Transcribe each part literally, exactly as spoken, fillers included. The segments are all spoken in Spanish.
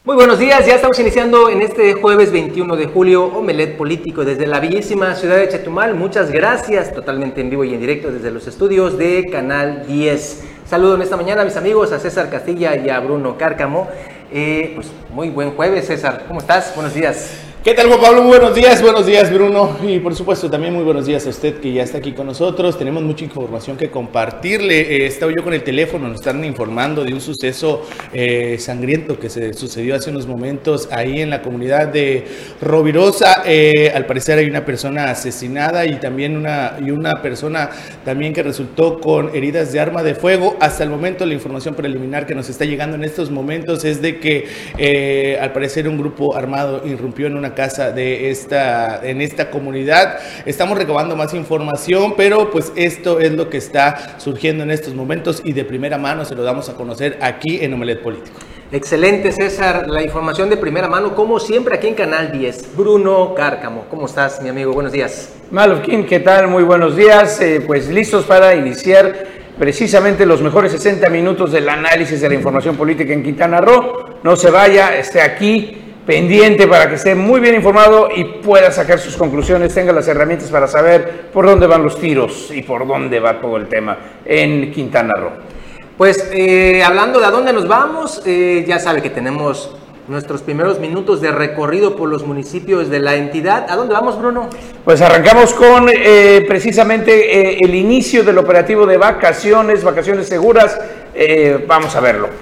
Muy buenos días, ya estamos iniciando en este jueves veintiuno de julio, Omelet Político desde la bellísima ciudad de Chetumal. Muchas gracias, totalmente en vivo y en directo desde los estudios de Canal diez. Saludo en esta mañana a mis amigos, a César Castilla y a Bruno Cárcamo. Eh, pues muy buen jueves, César. ¿Cómo estás? Buenos días. ¿Qué tal, Juan Pablo? Muy buenos días, buenos días, Bruno. Y por supuesto también muy buenos días a usted que ya está aquí con nosotros. Tenemos mucha información que compartirle. Eh, estaba yo con el teléfono, nos están informando de un suceso eh, sangriento que se sucedió hace unos momentos ahí en la comunidad de Rovirosa. Eh, al parecer hay una persona asesinada y también una, y una persona también que resultó con heridas de arma de fuego. Hasta el momento la información preliminar que nos está llegando en estos momentos es de que eh, al parecer un grupo armado irrumpió en una casa de esta, en esta comunidad. Estamos recabando más información, pero pues esto es lo que está surgiendo en estos momentos y de primera mano se lo damos a conocer aquí en Omelet Político. Excelente, César, la información de primera mano, como siempre aquí en Canal diez. Bruno Cárcamo, ¿cómo estás, mi amigo? Buenos días. Malofkin, ¿qué tal? Muy buenos días. Eh, pues listos para iniciar precisamente los mejores sesenta minutos del análisis de la información política en Quintana Roo. No se vaya, esté aquí pendiente para que esté muy bien informado y pueda sacar sus conclusiones, tenga las herramientas para saber por dónde van los tiros y por dónde va todo el tema en Quintana Roo. Pues eh, hablando de a dónde nos vamos, eh, ya sabe que tenemos nuestros primeros minutos de recorrido por los municipios de la entidad. ¿A dónde vamos, Bruno? Pues arrancamos con eh, precisamente eh, el inicio del operativo de vacaciones, vacaciones seguras. Eh, vamos a verlo.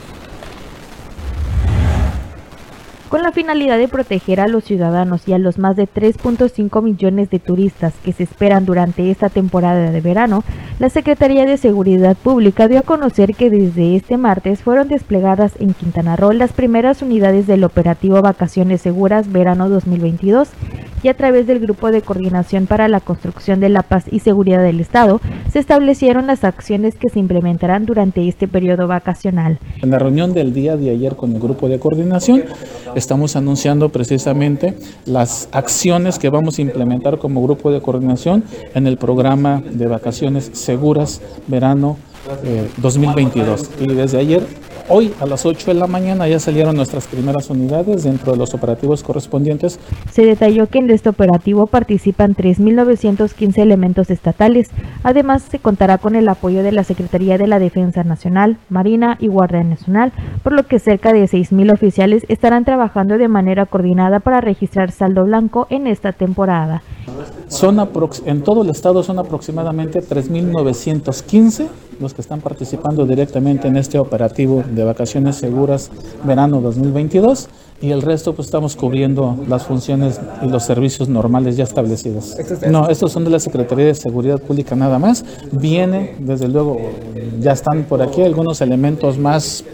Con la finalidad de proteger a los ciudadanos y a los más de tres punto cinco millones de turistas que se esperan durante esta temporada de verano, la Secretaría de Seguridad Pública dio a conocer que desde este martes fueron desplegadas en Quintana Roo las primeras unidades del operativo Vacaciones Seguras Verano dos mil veintidós y a través del Grupo de Coordinación para la Construcción de la Paz y Seguridad del Estado se establecieron las acciones que se implementarán durante este periodo vacacional. En la reunión del día de ayer con el Grupo de Coordinación estamos anunciando precisamente las acciones que vamos a implementar como Grupo de Coordinación en el programa de Vacaciones Seguras Verano eh, dos mil veintidós. Y desde ayer, hoy a las ocho de la mañana ya salieron nuestras primeras unidades dentro de los operativos correspondientes. Se detalló que en este operativo participan tres mil novecientos quince elementos estatales. Además, se contará con el apoyo de la Secretaría de la Defensa Nacional, Marina y Guardia Nacional, por lo que cerca de seis mil oficiales estarán trabajando de manera coordinada para registrar saldo blanco en esta temporada. Son en todo el estado son aproximadamente tres mil novecientos quince los que están participando directamente en este operativo de Vacaciones Seguras Verano dos mil veintidós y el resto pues estamos cubriendo las funciones y los servicios normales ya establecidos. No, estos son de la Secretaría de Seguridad Pública nada más. Viene, desde luego, ya están por aquí algunos elementos más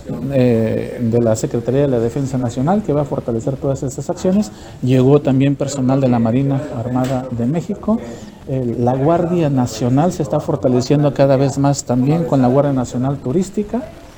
Eh, de la Secretaría de la Defensa Nacional que va a fortalecer todas estas acciones. Llegó también personal de la Marina Armada de México. Eh, la Guardia Nacional se está fortaleciendo cada vez más también con la Guardia Nacional Turística.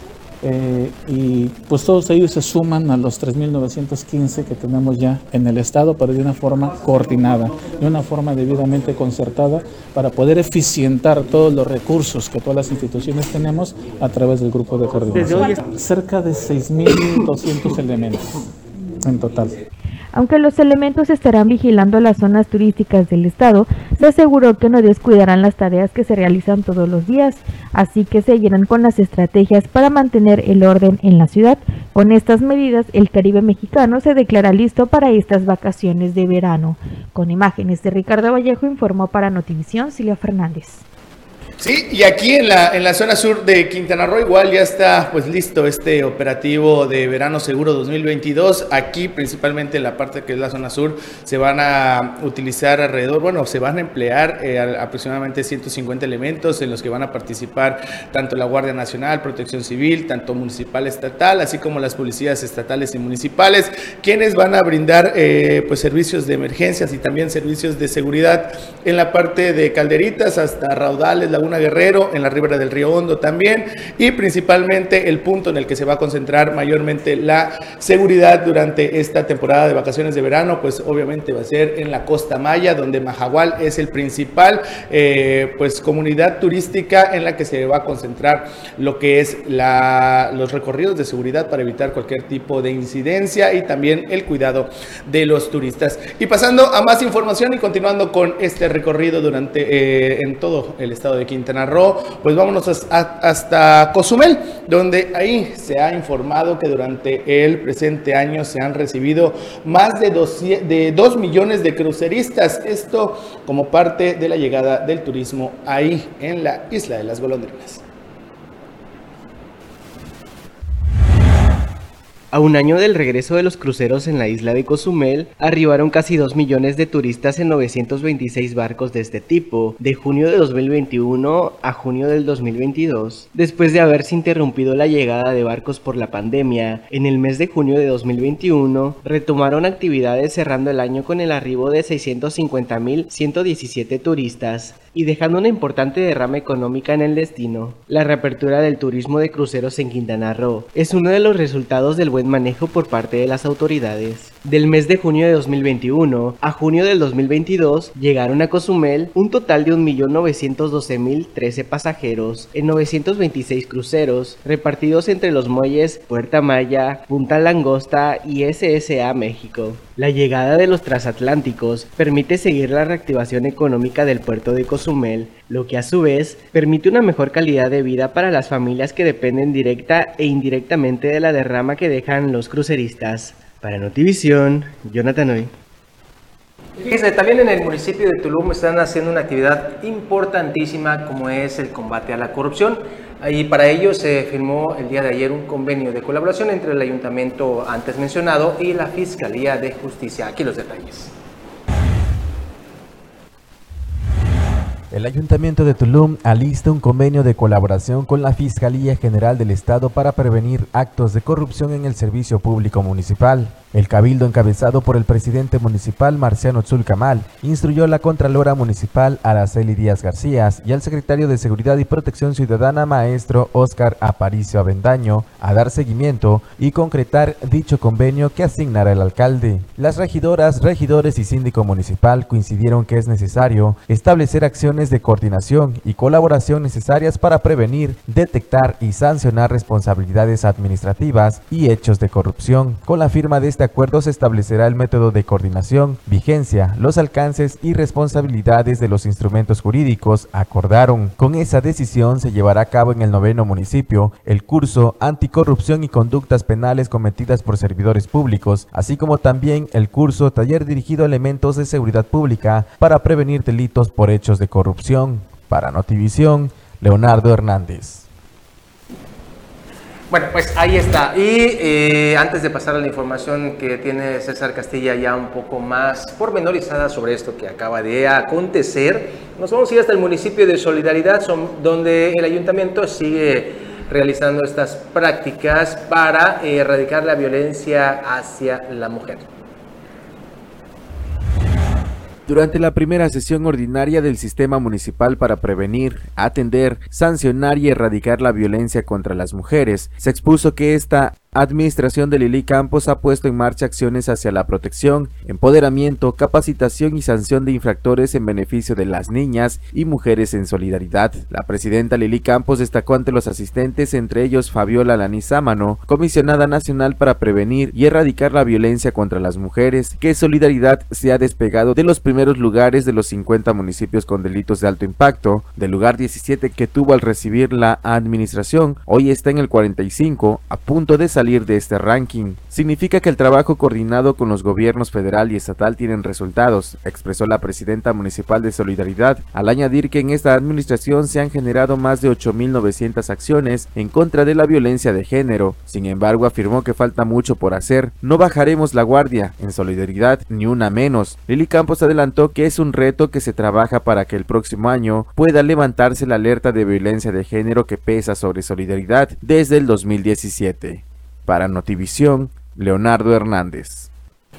Eh, y pues todos ellos se suman a los tres mil novecientos quince que tenemos ya en el estado, pero de una forma coordinada, de una forma debidamente concertada para poder eficientar todos los recursos que todas las instituciones tenemos a través del grupo de coordinación. Cerca de seis mil doscientos elementos en total. Aunque los elementos estarán vigilando las zonas turísticas del estado, se aseguró que no descuidarán las tareas que se realizan todos los días, así que seguirán con las estrategias para mantener el orden en la ciudad. Con estas medidas, el Caribe mexicano se declara listo para estas vacaciones de verano. Con imágenes de Ricardo Vallejo, informó para Notivisión Silvia Fernández. Sí, y aquí en la, en la zona sur de Quintana Roo igual ya está pues listo este operativo de Verano Seguro dos mil veintidós. Aquí principalmente en la parte que es la zona sur se van a utilizar alrededor, bueno, se van a emplear eh, aproximadamente ciento cincuenta elementos en los que van a participar tanto la Guardia Nacional, Protección Civil, tanto municipal, estatal, así como las policías estatales y municipales, quienes van a brindar eh, pues servicios de emergencias y también servicios de seguridad en la parte de Calderitas hasta Raudales, la Laguna Guerrero, en la ribera del Río Hondo también, y principalmente el punto en el que se va a concentrar mayormente la seguridad durante esta temporada de vacaciones de verano, pues obviamente va a ser en la Costa Maya, donde Mahahual es el principal eh, pues comunidad turística en la que se va a concentrar lo que es la, los recorridos de seguridad para evitar cualquier tipo de incidencia y también el cuidado de los turistas. Y pasando a más información y continuando con este recorrido durante eh, en todo el estado de Quintana Roo, pues vámonos a, a, hasta Cozumel, donde ahí se ha informado que durante el presente año se han recibido más de dos, de dos millones de cruceristas, esto como parte de la llegada del turismo ahí en la isla de las Golondrinas. A un año del regreso de los cruceros en la isla de Cozumel, arribaron casi dos millones de turistas en novecientos veintiséis barcos de este tipo, de junio de dos mil veintiuno a junio del dos mil veintidós. Después de haberse interrumpido la llegada de barcos por la pandemia, en el mes de junio de dos mil veintiuno, retomaron actividades cerrando el año con el arribo de seiscientos cincuenta mil ciento diecisiete turistas, y dejando una importante derrama económica en el destino. La reapertura del turismo de cruceros en Quintana Roo es uno de los resultados del buen manejo por parte de las autoridades. Del mes de junio de dos mil veintiuno a junio del dos mil veintidós llegaron a Cozumel un total de un millón novecientos doce mil trece pasajeros en novecientos veintiséis cruceros repartidos entre los muelles Puerta Maya, Punta Langosta y S S A México. La llegada de los transatlánticos permite seguir la reactivación económica del puerto de Cozumel, lo que a su vez permite una mejor calidad de vida para las familias que dependen directa e indirectamente de la derrama que dejan los cruceristas. Para Notivisión, Jonathan Hoy. Fíjense, también en el municipio de Tulum están haciendo una actividad importantísima como es el combate a la corrupción. Y para ello se firmó el día de ayer un convenio de colaboración entre el ayuntamiento antes mencionado y la Fiscalía de Justicia. Aquí los detalles. El Ayuntamiento de Tulum alista un convenio de colaboración con la Fiscalía General del Estado para prevenir actos de corrupción en el servicio público municipal. El cabildo, encabezado por el presidente municipal Marciano Tzulcamal, instruyó a la Contralora Municipal Araceli Díaz García y al secretario de Seguridad y Protección Ciudadana, maestro Óscar Aparicio Avendaño, a dar seguimiento y concretar dicho convenio que asignará el alcalde. Las regidoras, regidores y síndico municipal coincidieron que es necesario establecer acciones de coordinación y colaboración necesarias para prevenir, detectar y sancionar responsabilidades administrativas y hechos de corrupción. Con la firma de este acuerdo se establecerá el método de coordinación, vigencia, los alcances y responsabilidades de los instrumentos jurídicos, acordaron. Con esa decisión se llevará a cabo en el noveno municipio el curso Anticorrupción y Conductas Penales Cometidas por Servidores Públicos, así como también el curso Taller dirigido a elementos de seguridad pública para prevenir delitos por hechos de corrupción. Para Notivisión, Leonardo Hernández. Bueno, pues ahí está. Y eh, antes de pasar a la información que tiene César Castilla ya un poco más pormenorizada sobre esto que acaba de acontecer, nos vamos a ir hasta el municipio de Solidaridad, son, donde el ayuntamiento sigue realizando estas prácticas para eh, erradicar la violencia hacia la mujer. Durante la primera sesión ordinaria del Sistema Municipal para prevenir, atender, sancionar y erradicar la violencia contra las mujeres, se expuso que esta administración de Lili Campos ha puesto en marcha acciones hacia la protección, empoderamiento, capacitación y sanción de infractores en beneficio de las niñas y mujeres en solidaridad. La presidenta Lili Campos destacó ante los asistentes, entre ellos Fabiola Lanizámano, comisionada nacional para prevenir y erradicar la violencia contra las mujeres, que Solidaridad se ha despegado de los primeros lugares de los cincuenta municipios con delitos de alto impacto, del lugar diecisiete que tuvo al recibir la administración, hoy está en el cuarenta y cinco, a punto de salir de este ranking. Significa que el trabajo coordinado con los gobiernos federal y estatal tienen resultados, expresó la presidenta municipal de Solidaridad, al añadir que en esta administración se han generado más de ocho mil novecientas acciones en contra de la violencia de género. Sin embargo, afirmó que falta mucho por hacer. No bajaremos la guardia, en Solidaridad ni una menos. Lili Campos adelantó que es un reto que se trabaja para que el próximo año pueda levantarse la alerta de violencia de género que pesa sobre Solidaridad desde el dos mil diecisiete. Para Notivisión, Leonardo Hernández.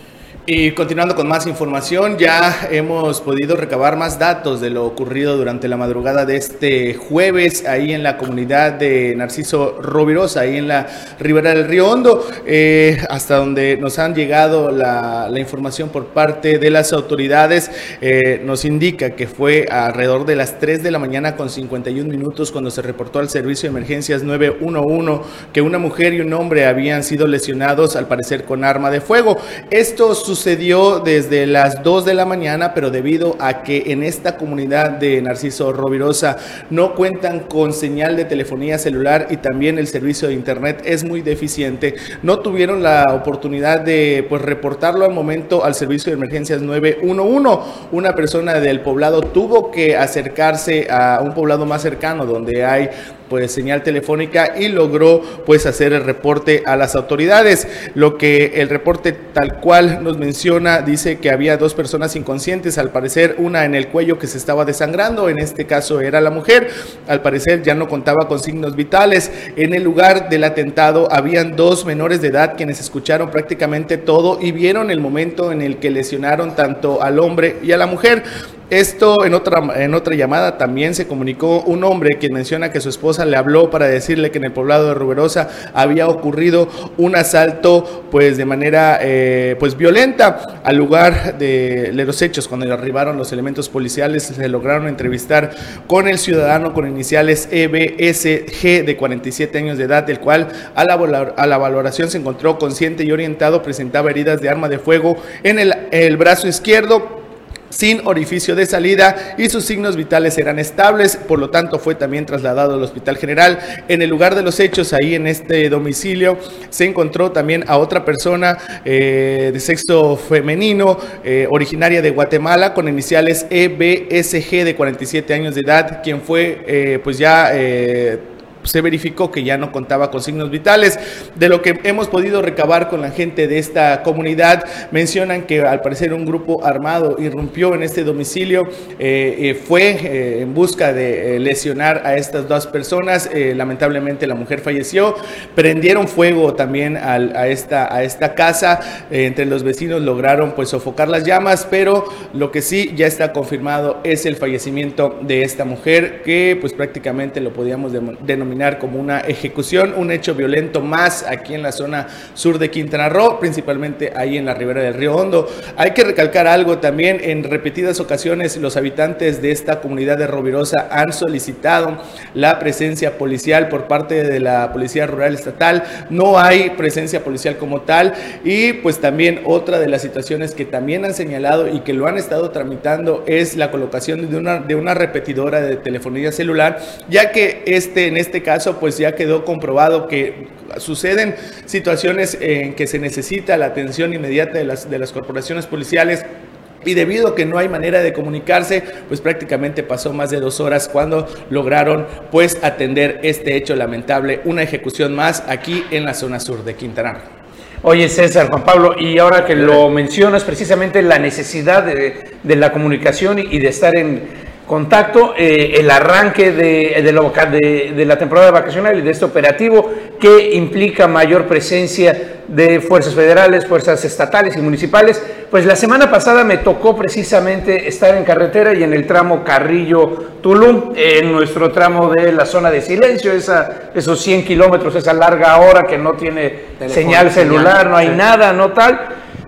Y continuando con más información, ya hemos podido recabar más datos de lo ocurrido durante la madrugada de este jueves ahí en la comunidad de Narciso Rovirosa, ahí en la ribera del Río Hondo, eh, hasta donde nos han llegado la, la información por parte de las autoridades. Eh, nos indica que fue alrededor de las tres de la mañana con cincuenta y un minutos cuando se reportó al servicio de emergencias nueve uno uno que una mujer y un hombre habían sido lesionados, al parecer con arma de fuego. Esto sucedió desde las dos de la mañana, pero debido a que en esta comunidad de Narciso Rovirosa no cuentan con señal de telefonía celular y también el servicio de internet es muy deficiente, no tuvieron la oportunidad de pues reportarlo al momento al servicio de emergencias nueve uno uno. Una persona del poblado tuvo que acercarse a un poblado más cercano donde hay pues señal telefónica y logró pues hacer el reporte a las autoridades. Lo que el reporte tal cual nos menciona, dice que había dos personas inconscientes, al parecer una en el cuello que se estaba desangrando, en este caso era la mujer, al parecer ya no contaba con signos vitales. En el lugar del atentado habían dos menores de edad quienes escucharon prácticamente todo y vieron el momento en el que lesionaron tanto al hombre y a la mujer. Esto en otra, en otra llamada también se comunicó un hombre quien menciona que su esposa le habló para decirle que en el poblado de Rovirosa había ocurrido un asalto pues de manera eh, pues violenta. Al lugar de, de los hechos, cuando arribaron los elementos policiales, se lograron entrevistar con el ciudadano con iniciales E B S G de cuarenta y siete años de edad, el cual a la, a la valoración se encontró consciente y orientado, presentaba heridas de arma de fuego en el, el brazo izquierdo, sin orificio de salida, y sus signos vitales eran estables, por lo tanto fue también trasladado al Hospital General. En el lugar de los hechos, ahí en este domicilio, se encontró también a otra persona eh, de sexo femenino, eh, originaria de Guatemala, con iniciales E B S G de cuarenta y siete años de edad, quien fue eh, pues ya... Eh, se verificó que ya no contaba con signos vitales. De lo que hemos podido recabar con la gente de esta comunidad, mencionan que al parecer un grupo armado irrumpió en este domicilio, eh, eh, fue eh, en busca de eh, lesionar a estas dos personas. Eh, lamentablemente la mujer falleció. Prendieron fuego también al, a, esta, a esta casa. Eh, entre los vecinos lograron pues sofocar las llamas, pero lo que sí ya está confirmado es el fallecimiento de esta mujer, que pues prácticamente lo podíamos denominar como una ejecución, un hecho violento más aquí en la zona sur de Quintana Roo, principalmente ahí en la ribera del Río Hondo. Hay que recalcar algo también: en repetidas ocasiones los habitantes de esta comunidad de Rovirosa han solicitado la presencia policial por parte de la Policía Rural Estatal. No hay presencia policial como tal, y pues también otra de las situaciones que también han señalado y que lo han estado tramitando es la colocación de una, de una repetidora de telefonía celular, ya que este en este caso pues ya quedó comprobado que suceden situaciones en que se necesita la atención inmediata de las, de las corporaciones policiales, y debido a que no hay manera de comunicarse, pues prácticamente pasó más de dos horas cuando lograron pues atender este hecho lamentable, una ejecución más aquí en la zona sur de Quintana Roo. Oye, César, Juan Pablo, y ahora que lo mencionas, precisamente la necesidad de, de la comunicación y de estar en contacto, eh, el arranque de, de, la, de, de la temporada vacacional y de este operativo que implica mayor presencia de fuerzas federales, fuerzas estatales y municipales. Pues la semana pasada me tocó precisamente estar en carretera y en el tramo Carrillo-Tulum, en nuestro tramo de la zona de silencio, esa, esos cien kilómetros, esa larga hora que no tiene Teléfono, señal celular, señal, no hay sí. nada, no tal.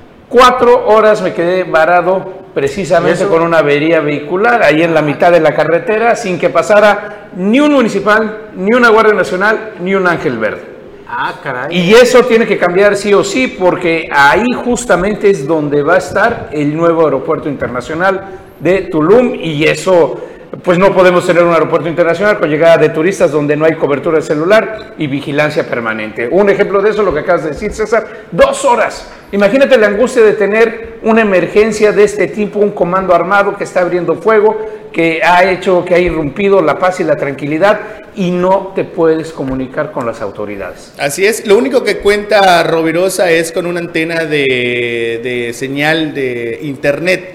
Cuatro horas me quedé varado precisamente con una avería vehicular ahí en la mitad de la carretera, sin que pasara ni un municipal, ni una Guardia Nacional, ni un Ángel Verde. Ah, caray. Y eso tiene que cambiar sí o sí, porque ahí justamente es donde va a estar el nuevo aeropuerto internacional de Tulum, y eso, pues no podemos tener un aeropuerto internacional con llegada de turistas donde no hay cobertura de celular y vigilancia permanente. Un ejemplo de eso, lo que acabas de decir, César, dos horas. Imagínate la angustia de tener una emergencia de este tipo, un comando armado que está abriendo fuego, que ha hecho, que ha irrumpido la paz y la tranquilidad, y no te puedes comunicar con las autoridades. Así es, lo único que cuenta Rovirosa es con una antena de, de señal de internet,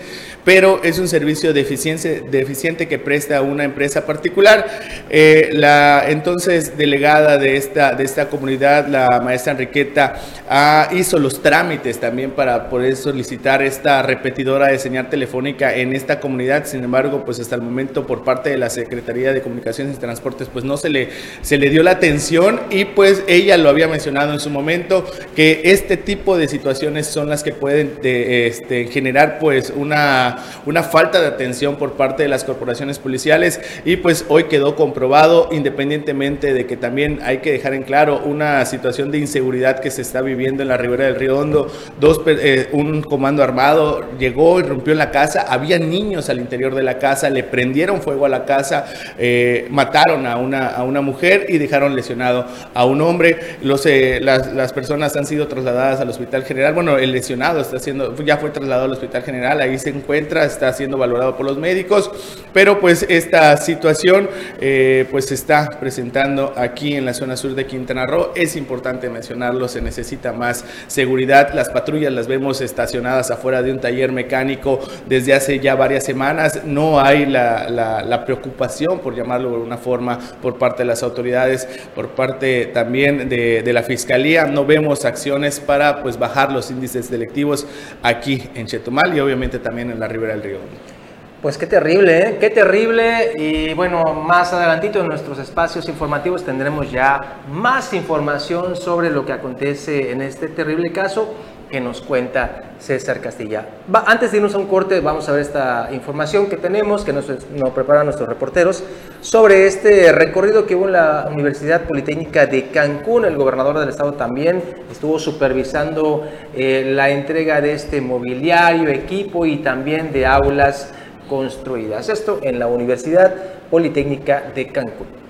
pero es un servicio deficiente, deficiente que presta una empresa particular. Eh, la entonces delegada de esta, de esta comunidad, la maestra Enriqueta, ah, hizo los trámites también para poder solicitar esta repetidora de señal telefónica en esta comunidad. Sin embargo, pues hasta el momento por parte de la Secretaría de Comunicaciones y Transportes, pues no se le, se le dio la atención, y pues ella lo había mencionado en su momento, que este tipo de situaciones son las que pueden de, este, generar pues una, una falta de atención por parte de las corporaciones policiales, y pues hoy quedó comprobado, independientemente de que también hay que dejar en claro una situación de inseguridad que se está viviendo en la ribera del Río Hondo. Dos, eh, un comando armado llegó y rompió en la casa, había niños al interior de la casa, le prendieron fuego a la casa, eh, mataron a una, a una mujer y dejaron lesionado a un hombre. Los, eh, las, las personas han sido trasladadas al Hospital General. Bueno, el lesionado está siendo, ya fue trasladado al Hospital General, ahí se encuentra, está siendo valorado por los médicos, pero pues esta situación eh, pues se está presentando aquí en la zona sur de Quintana Roo. Es importante mencionarlo, se necesita más seguridad. Las patrullas las vemos estacionadas afuera de un taller mecánico desde hace ya varias semanas. No hay la, la, la preocupación, por llamarlo de una forma, por parte de las autoridades, por parte también de, de la Fiscalía. No vemos acciones para pues bajar los índices delictivos aquí en Chetumal y obviamente también en la ribera del Río. Pues qué terrible, ¿eh? Qué terrible. Y bueno, más adelantito en nuestros espacios informativos tendremos ya más información sobre lo que acontece en este terrible caso que nos cuenta César Castilla. Va, antes de irnos a un corte, vamos a ver esta información que tenemos, que nos, nos preparan nuestros reporteros, sobre este recorrido que hubo en la Universidad Politécnica de Cancún. El gobernador del estado también estuvo supervisando eh, la entrega de este mobiliario, equipo y también de aulas construidas. Esto en la Universidad Politécnica de Cancún.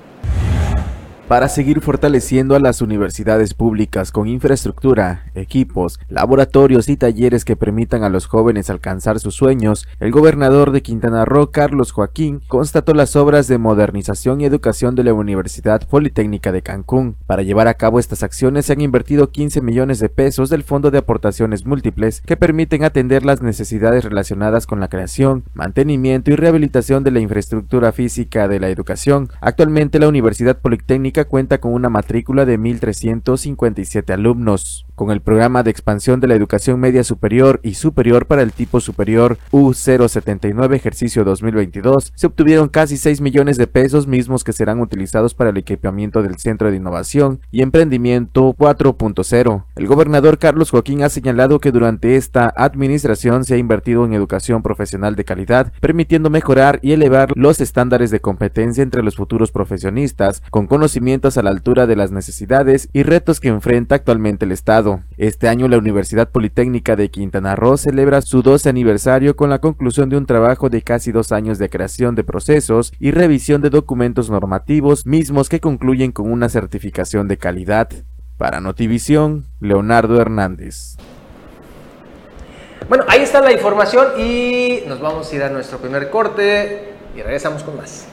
Para seguir fortaleciendo a las universidades públicas con infraestructura, equipos, laboratorios y talleres que permitan a los jóvenes alcanzar sus sueños, el gobernador de Quintana Roo, Carlos Joaquín, constató las obras de modernización y educación de la Universidad Politécnica de Cancún. Para llevar a cabo estas acciones se han invertido quince millones de pesos del Fondo de Aportaciones Múltiples que permiten atender las necesidades relacionadas con la creación, mantenimiento y rehabilitación de la infraestructura física de la educación. Actualmente la Universidad Politécnica cuenta con una matrícula de mil trescientos cincuenta y siete alumnos. Con el programa de expansión de la educación media superior y superior para el tipo superior U cero setenta y nueve ejercicio dos mil veintidós, se obtuvieron casi seis millones de pesos, mismos que serán utilizados para el equipamiento del Centro de Innovación y Emprendimiento cuatro punto cero. El gobernador Carlos Joaquín ha señalado que durante esta administración se ha invertido en educación profesional de calidad, permitiendo mejorar y elevar los estándares de competencia entre los futuros profesionistas, con conocimientos a la altura de las necesidades y retos que enfrenta actualmente el Estado. Este año la Universidad Politécnica de Quintana Roo celebra su doce aniversario con la conclusión de un trabajo de casi dos años de creación de procesos y revisión de documentos normativos, mismos que concluyen con una certificación de calidad. Para Notivisión, Leonardo Hernández. Bueno, ahí está la información y nos vamos a ir a nuestro primer corte y regresamos con más.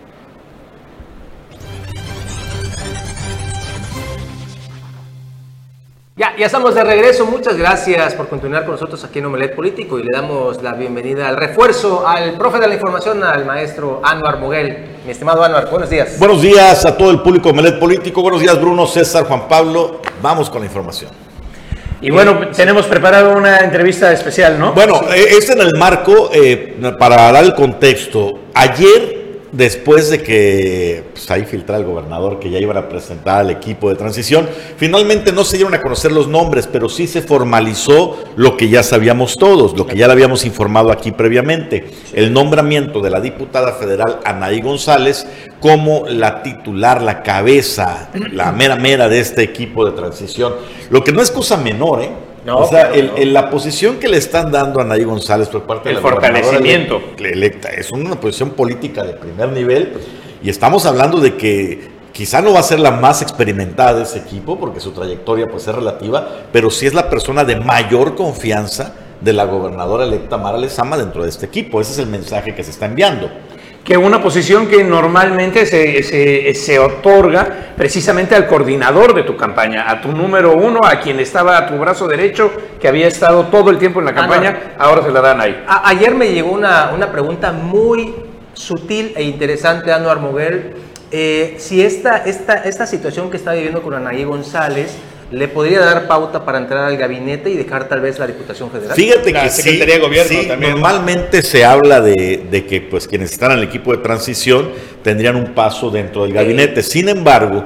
Ya, ya estamos de regreso. Muchas gracias por continuar con nosotros aquí en Omelet Político y le damos la bienvenida al refuerzo, al profe de la información, al maestro Anwar Moguel. Mi estimado Anwar, buenos días. Buenos días a todo el público de Omelet Político. Buenos días, Bruno, César, Juan Pablo. Vamos con la información. Y bueno, tenemos preparado una entrevista especial, ¿no? Bueno, es en el marco, eh, para dar el contexto. Ayer, después de que pues, ahí filtrara el gobernador que ya iban a presentar al equipo de transición, finalmente no se dieron a conocer los nombres, pero sí se formalizó lo que ya sabíamos todos, lo que ya le habíamos informado aquí previamente, el nombramiento de la diputada federal Anaí González como la titular, la cabeza, la mera mera de este equipo de transición, lo que no es cosa menor, ¿eh? No, o sea, el, el, la posición que le están dando a Anaí González por parte el de la fortalecimiento electa es una posición política de primer nivel y estamos hablando de que quizá no va a ser la más experimentada de ese equipo porque su trayectoria pues es relativa, pero sí es la persona de mayor confianza de la gobernadora electa Mara Lezama dentro de este equipo. Ese es el mensaje que se está enviando. que una posición que normalmente se, se, se otorga precisamente al coordinador de tu campaña, a tu número uno, a quien estaba a tu brazo derecho, que había estado todo el tiempo en la campaña, ah, no. ahora se la dan ahí. A, ayer me llegó una, una pregunta muy sutil e interesante, Anuar Moguel, eh, si esta, esta, esta situación que está viviendo con Anaí González le podría dar pauta para entrar al gabinete y dejar tal vez la Diputación Federal. Fíjate la que Secretaría sí, de Gobierno sí, también. Normalmente se habla de, de que pues quienes están en el equipo de transición tendrían un paso dentro del gabinete. Sin embargo,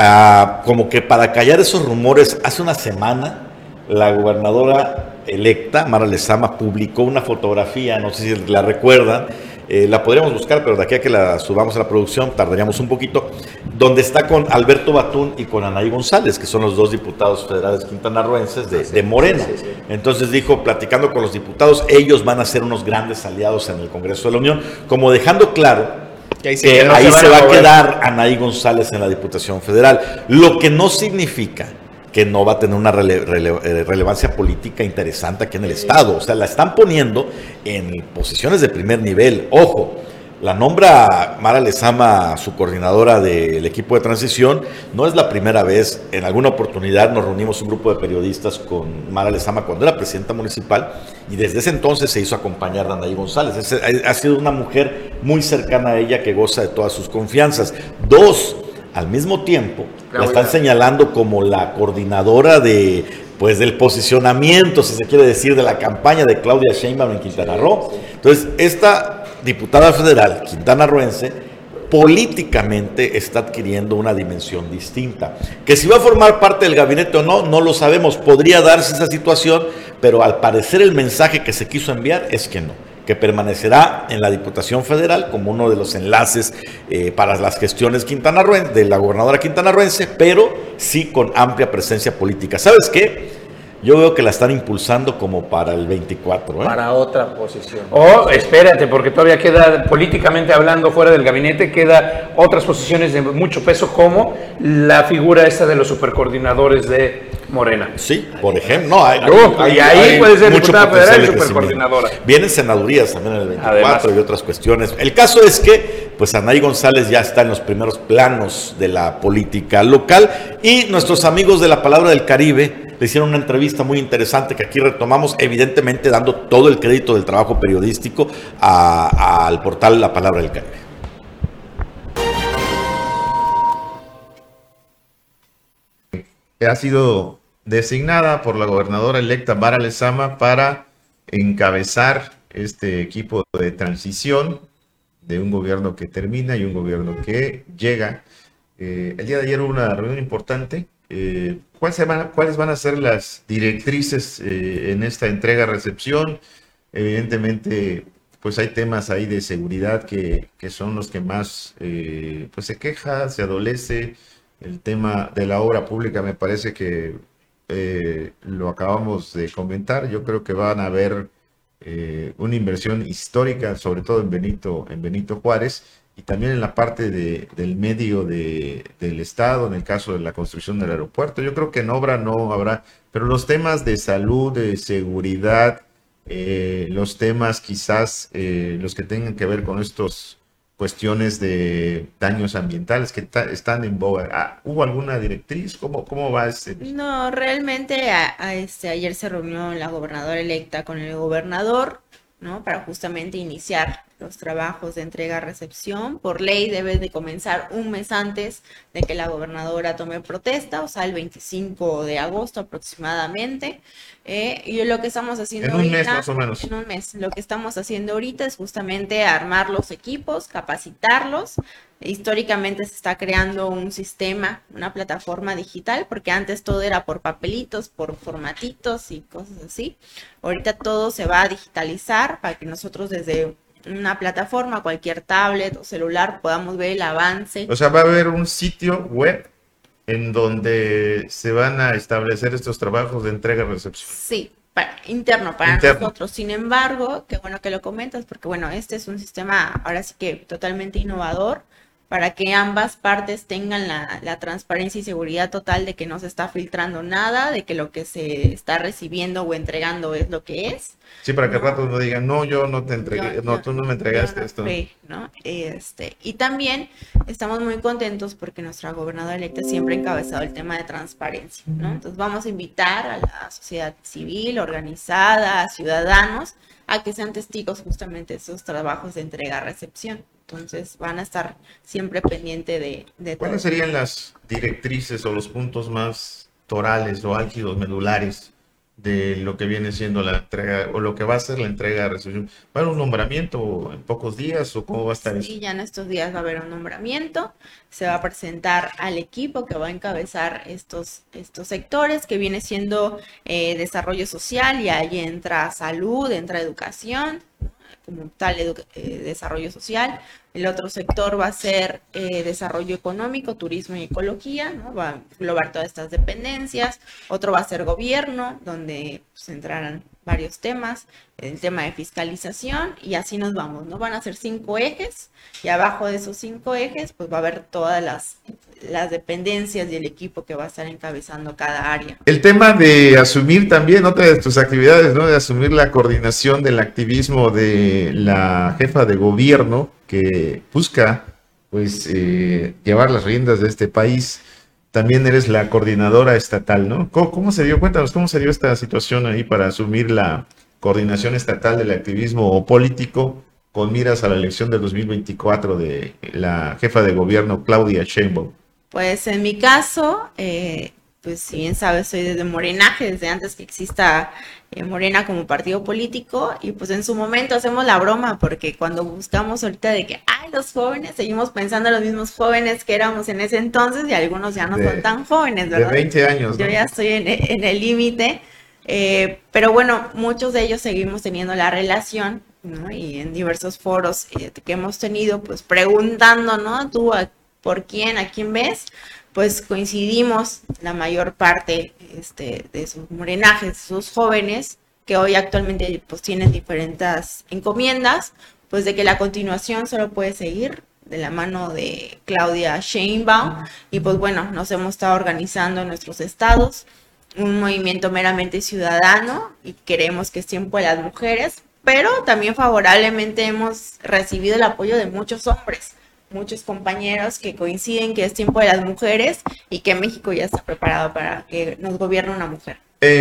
ah, como que para callar esos rumores, hace una semana la gobernadora electa, Mara Lezama, publicó una fotografía, no sé si la recuerdan, Eh, la podríamos buscar, pero de aquí a que la subamos a la producción tardaríamos un poquito, donde está con Alberto Batún y con Anaí González, que son los dos diputados federales quintanarroenses de, de Morena. Sí, sí, sí. Entonces dijo, platicando con los diputados, ellos van a ser unos grandes aliados en el Congreso de la Unión, como dejando claro que ahí, que que no ahí se, se va a, a quedar Anaí González en la Diputación Federal, lo que no significa que no va a tener una rele rele relevancia política interesante aquí en el Estado. O sea, la están poniendo en posiciones de primer nivel. Ojo, la nombra Mara Lezama, su coordinadora del equipo de transición. No es la primera vez. En alguna oportunidad nos reunimos un grupo de periodistas con Mara Lezama cuando era presidenta municipal y desde ese entonces se hizo acompañar a Anaí González. Es, ha sido una mujer muy cercana a ella que goza de todas sus confianzas. Dos, al mismo tiempo, la están señalando como la coordinadora de, pues, del posicionamiento, si se quiere decir, de la campaña de Claudia Sheinbaum en Quintana Roo. Entonces, esta diputada federal quintanarroense políticamente está adquiriendo una dimensión distinta. Que si va a formar parte del gabinete o no, no lo sabemos. Podría darse esa situación, pero al parecer el mensaje que se quiso enviar es que no, que permanecerá en la Diputación Federal como uno de los enlaces eh, para las gestiones quintanarroense, de la gobernadora quintanarroense, pero sí con amplia presencia política. ¿Sabes qué? Yo veo que la están impulsando como para el veinticuatro. ¿eh? Para otra posición. Oh, espérate, porque todavía queda, políticamente hablando, fuera del gabinete, queda otras posiciones de mucho peso, como la figura esta de los supercoordinadores de Morena. Sí, por ejemplo. No, hay, uh, hay, y ahí hay puede ser diputada federal y supercoordinadora. Vienen senadurías también en el veinticuatro. Además, y otras cuestiones. El caso es que pues Anaí González ya está en los primeros planos de la política local y nuestros amigos de La Palabra del Caribe le hicieron una entrevista muy interesante que aquí retomamos, evidentemente dando todo el crédito del trabajo periodístico a, a, al portal La Palabra del Caribe. Ha sido designada por la gobernadora electa Mara Lezama para encabezar este equipo de transición de un gobierno que termina y un gobierno que llega. Eh, el día de ayer hubo una reunión importante. Eh, ¿cuáles, van, ¿Cuáles van a ser las directrices eh, en esta entrega-recepción? Evidentemente, pues hay temas ahí de seguridad que, que son los que más eh, pues se queja, se adolece. El tema de la obra pública me parece que eh, lo acabamos de comentar. Yo creo que van a haber eh, una inversión histórica, sobre todo en Benito, en Benito Juárez, y también en la parte de, del medio de, del Estado, en el caso de la construcción del aeropuerto. Yo creo que en obra no habrá, pero los temas de salud, de seguridad, eh, los temas quizás, eh, los que tengan que ver con estos cuestiones de daños ambientales que están en boga. Ah, ¿hubo alguna directriz? ¿Cómo, cómo va este? No, realmente a, a este, ayer se reunió la gobernadora electa con el gobernador, ¿no? Para justamente iniciar los trabajos de entrega-recepción. Por ley debe de comenzar un mes antes de que la gobernadora tome protesta, o sea, el veinticinco de agosto aproximadamente. Eh, y lo que estamos haciendo en un ahorita, mes más o menos. En un mes. Lo que estamos haciendo ahorita es justamente armar los equipos, capacitarlos. Históricamente se está creando un sistema, una plataforma digital, porque antes todo era por papelitos, por formatitos y cosas así. Ahorita todo se va a digitalizar para que nosotros desde una plataforma, cualquier tablet o celular, podamos ver el avance. O sea, va a haber un sitio web en donde se van a establecer estos trabajos de entrega y recepción. Sí, para, interno para interno. nosotros. Sin embargo, qué bueno que lo comentas, porque bueno, este es un sistema ahora sí que totalmente innovador, para que ambas partes tengan la, la transparencia y seguridad total de que no se está filtrando nada, de que lo que se está recibiendo o entregando es lo que es. Sí, para que al rato no digan, no, yo no te entregué, Yo- no, yo- tú no me entregaste yo no esto. fui, ¿no? Este, y también estamos muy contentos porque nuestra gobernadora electa siempre ha encabezado el tema de transparencia, ¿no? Entonces vamos a invitar a la sociedad civil organizada, a ciudadanos, a que sean testigos justamente de esos trabajos de entrega-recepción. Entonces van a estar siempre pendiente de, de todo. ¿Cuáles serían las directrices o los puntos más torales o álgidos, medulares de lo que viene siendo la entrega o lo que va a ser la entrega de recepción? ¿Va a haber un nombramiento en pocos días o cómo va a estar eso? Sí, ya en estos días va a haber un nombramiento, se va a presentar al equipo que va a encabezar estos, estos sectores, que viene siendo eh, desarrollo social, y ahí entra salud, entra educación, como tal edu- eh, desarrollo social. El otro sector va a ser eh, desarrollo económico, turismo y ecología, ¿no? Va a englobar todas estas dependencias. Otro va a ser gobierno, donde pues, entrarán varios temas, el tema de fiscalización, y así nos vamos, ¿no? Van a ser cinco ejes, y abajo de esos cinco ejes pues va a haber todas las, las dependencias y el equipo que va a estar encabezando cada área. El tema de asumir también otra de tus actividades, ¿no? De asumir la coordinación del activismo de la jefa de gobierno que busca, pues, eh, llevar las riendas de este país. También eres la coordinadora estatal, ¿no? ¿Cómo, cómo se dio? Cuéntanos, ¿cómo se dio esta situación ahí para asumir la coordinación estatal del activismo político con miras a la elección del dos mil veinticuatro de la jefa de gobierno Claudia Sheinbaum? Pues en mi caso, eh, pues si bien sabes, soy desde Morenaje, desde antes que exista eh, Morena como partido político, y pues en su momento hacemos la broma, porque cuando buscamos ahorita de que, ay, los jóvenes, seguimos pensando en los mismos jóvenes que éramos en ese entonces, y algunos ya no De- son tan jóvenes, De ¿verdad? veinte años, ¿no? Yo ya estoy en, en el límite, eh, pero bueno, muchos de ellos seguimos teniendo la relación, ¿no? Y en diversos foros eh, que hemos tenido, pues preguntando, ¿no? Tú, a- ¿por quién? ¿A quién ves? Pues coincidimos la mayor parte este, de sus morenajes, sus jóvenes, que hoy actualmente pues tienen diferentes encomiendas, pues de que la continuación solo puede seguir de la mano de Claudia Sheinbaum, y pues bueno, nos hemos estado organizando en nuestros estados, un movimiento meramente ciudadano, y queremos que es tiempo de las mujeres, pero también favorablemente hemos recibido el apoyo de muchos hombres, muchos compañeros que coinciden que es tiempo de las mujeres y que México ya está preparado para que nos gobierne una mujer.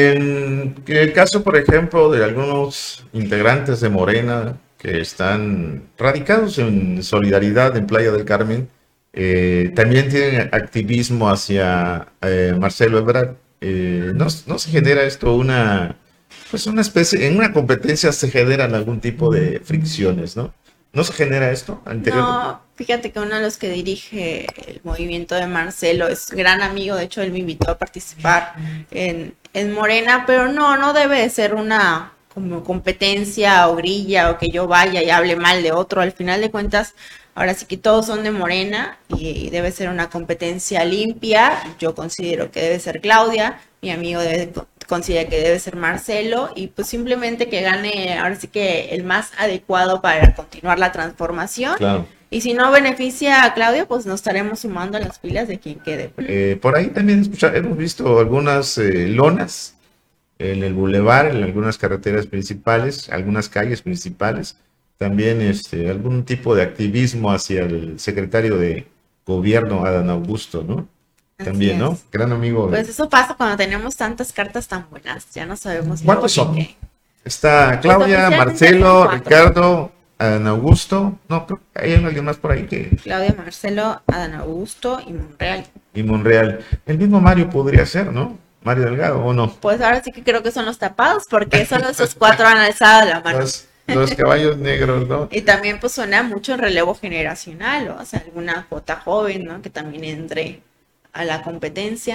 En el caso, por ejemplo, de algunos integrantes de Morena que están radicados en solidaridad en Playa del Carmen, eh, también tienen activismo hacia eh, Marcelo Ebrard. Eh, ¿no, no se genera esto una, pues una especie, en una competencia se generan algún tipo de fricciones, ¿no? ¿No se genera esto al interior? No, fíjate que uno de los que dirige el movimiento de Marcelo es gran amigo, de hecho él me invitó a participar en, en Morena, pero no, no debe de ser una como competencia o grilla o que yo vaya y hable mal de otro. Al final de cuentas, ahora sí que todos son de Morena y, y debe ser una competencia limpia. Yo considero que debe ser Claudia, mi amigo debe, considera que debe ser Marcelo, y pues simplemente que gane ahora sí que el más adecuado para continuar la transformación. Claro. Y si no beneficia a Claudia, pues nos estaremos sumando a las filas de quien quede. Eh, por ahí también escucha- hemos visto algunas eh, lonas en el bulevar, en algunas carreteras principales, algunas calles principales. También este, algún tipo de activismo hacia el secretario de gobierno, Adán Augusto, ¿no? También, ¿no? es. Gran amigo. de- Pues eso pasa cuando tenemos tantas cartas tan buenas, ya no sabemos. ¿Cuántos luego son? ni qué. Está Claudia, oficialmente Marcelo, cuatro. Ricardo, Adán Augusto. No, creo que hay alguien más por ahí que. Claudia, Marcelo, Adán Augusto y Monreal. Y Monreal. El mismo Mario podría ser, ¿no? Mario Delgado, ¿o no? Pues ahora sí que creo que son los tapados, porque solo esos cuatro han alzado la mano. Los, los caballos negros, ¿no? Y también pues suena mucho el relevo generacional, ¿no? O sea, alguna cuota joven, ¿no? Que también entre a la competencia.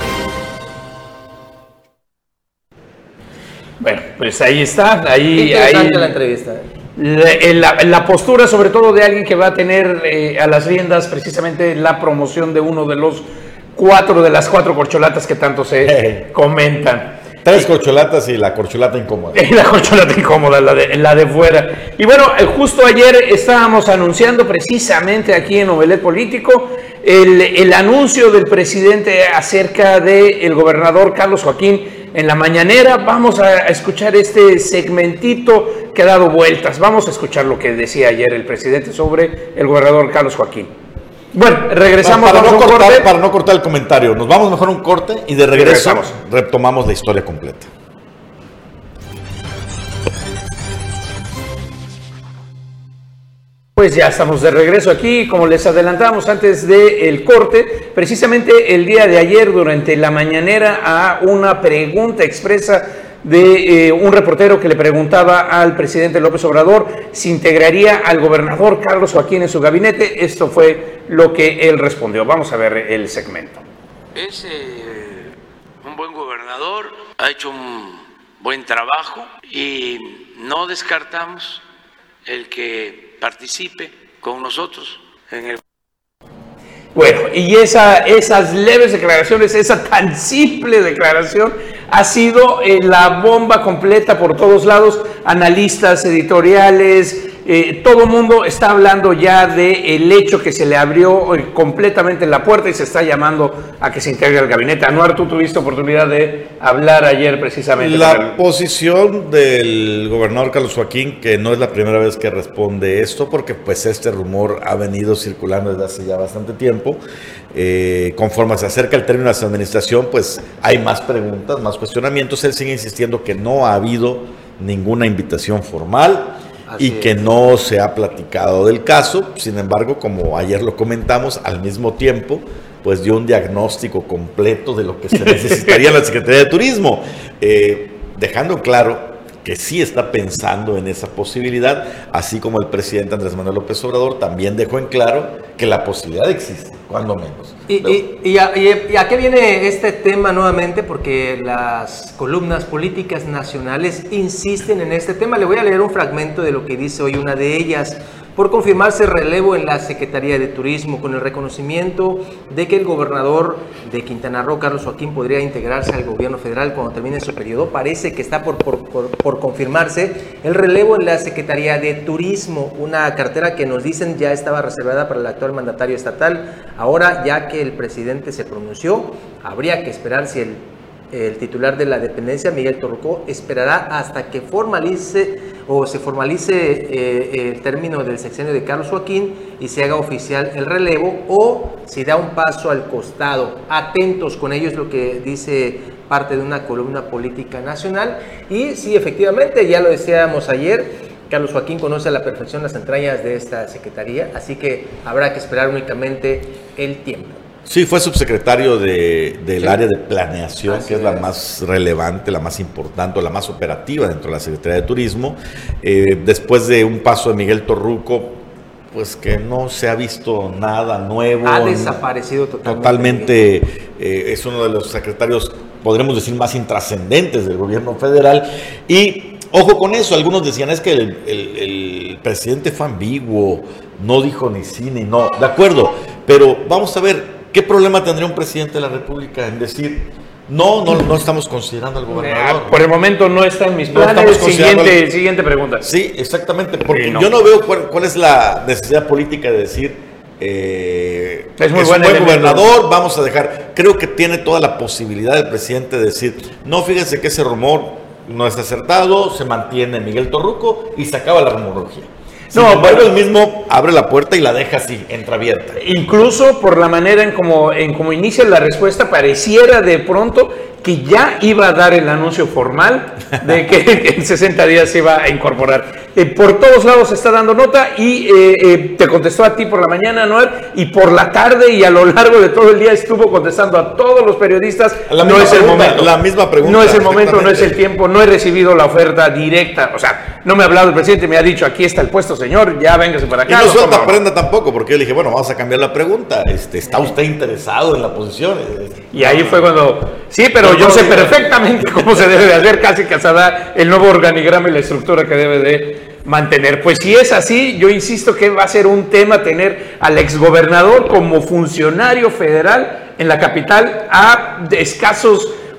Bueno, pues ahí está, ahí, Interesante ahí la entrevista. la, la- la postura sobre todo de alguien que va a tener eh, a las riendas precisamente la promoción de uno de los cuatro, de las cuatro corcholatas que tanto se comentan. Tres corcholatas y la corcholata incómoda. Y la corcholata incómoda, la de, la de fuera. Y bueno, justo ayer estábamos anunciando precisamente aquí en Omelet Político el, el anuncio del presidente acerca del gobernador Carlos Joaquín en la mañanera. Vamos a escuchar este segmentito que ha dado vueltas. Vamos a escuchar lo que decía ayer el presidente sobre el gobernador Carlos Joaquín. Bueno, regresamos para, para, no cortar, corte. para no cortar el comentario, nos vamos mejor a un corte y de regreso y retomamos la historia completa. Pues ya estamos de regreso aquí, como les adelantamos antes del corte, precisamente el día de ayer durante la mañanera a una pregunta expresa de eh, un reportero que le preguntaba al presidente López Obrador si integraría al gobernador Carlos Joaquín en su gabinete. Esto fue lo que él respondió. Vamos a ver el segmento. Es eh, un buen gobernador, ha hecho un buen trabajo y no descartamos el que participe con nosotros en el... Bueno, y esa, esas leves declaraciones, esa tan simple declaración ha sido eh, la bomba completa por todos lados. Analistas, editoriales, eh, todo el mundo está hablando ya del hecho que se le abrió eh, completamente la puerta y se está llamando a que se integre al gabinete. Anuar, tú tuviste oportunidad de hablar ayer precisamente. La el... posición del gobernador Carlos Joaquín, que no es la primera vez que responde esto, porque pues este rumor ha venido circulando desde hace ya bastante tiempo. Eh, conforme se acerca el término de su administración, pues hay más preguntas, más cuestionamientos. Él sigue insistiendo que no ha habido ninguna invitación formal. Así y que es. No se ha platicado del caso. Sin embargo, como ayer lo comentamos, al mismo tiempo, pues dio un diagnóstico completo de lo que se necesitaría en la Secretaría de Turismo, eh, dejando claro que sí está pensando en esa posibilidad, así como el presidente Andrés Manuel López Obrador también dejó en claro que la posibilidad existe, cuando menos. ¿Y, y, y, a, y a qué viene este tema nuevamente? Porque las columnas políticas nacionales insisten en este tema. Le voy a leer un fragmento de lo que dice hoy una de ellas. Por confirmarse relevo en la Secretaría de Turismo, con el reconocimiento de que el gobernador de Quintana Roo, Carlos Joaquín, podría integrarse al gobierno federal cuando termine su periodo. Parece que está por, por, por, por confirmarse el relevo en la Secretaría de Turismo, una cartera que nos dicen ya estaba reservada para el actual mandatario estatal. Ahora, ya que el presidente se pronunció, habría que esperar si el El titular de la dependencia, Miguel Torruco, esperará hasta que formalice o se formalice eh, el término del sexenio de Carlos Joaquín y se haga oficial el relevo, o si da un paso al costado. Atentos con ello, es lo que dice parte de una columna política nacional. Y sí, efectivamente, ya lo decíamos ayer, Carlos Joaquín conoce a la perfección las entrañas de esta secretaría, así que habrá que esperar únicamente el tiempo. Sí, fue subsecretario de, del sí. área de planeación, Así que es, es la más relevante, la más importante, la más operativa dentro de la Secretaría de Turismo. Eh, después de un paso de Miguel Torruco, pues que no se ha visto nada nuevo. Ha desaparecido totalmente. Totalmente, eh, es uno de los secretarios, podremos decir, más intrascendentes del gobierno federal. Y ojo con eso, algunos decían, es que el, el, el presidente fue ambiguo, no dijo ni sí ni no. De acuerdo, pero vamos a ver, ¿qué problema tendría un presidente de la República en decir, no, no, no estamos considerando al gobernador? Por el momento no está en mis planes. No siguiente, al... siguiente pregunta. Sí, exactamente, porque sí, no. yo no veo cuál, cuál es la necesidad política de decir, eh, es, muy es un buen gobernador, vamos a dejar. Creo que tiene toda la posibilidad el presidente de decir, no, fíjense que ese rumor no es acertado, se mantiene Miguel Torruco y se acaba la rumorología. Sin no, embargo, el mismo abre la puerta y la deja así, entreabierta. Incluso por la manera en cómo en cómo inicia la respuesta, pareciera de pronto que ya iba a dar el anuncio formal de que en sesenta días se iba a incorporar. Eh, por todos lados se está dando nota y eh, eh, te contestó a ti por la mañana, Noel, y por la tarde y a lo largo de todo el día estuvo contestando a todos los periodistas. La no es el pregunta, momento. La misma pregunta. No es el momento, no es el tiempo, no he recibido la oferta directa. O sea, no me ha hablado el presidente, me ha dicho, aquí está el puesto, señor, ya véngase para acá. Y no suelta prenda tampoco, porque yo le dije, bueno, vamos a cambiar la pregunta. Este, ¿Está usted interesado en la posición? Y ahí fue cuando... Sí, pero yo sé perfectamente cómo se debe de hacer, casi que se da el nuevo organigrama y la estructura que debe de mantener. Pues si es así, yo insisto que va a ser un tema tener al exgobernador como funcionario federal en la capital a escasos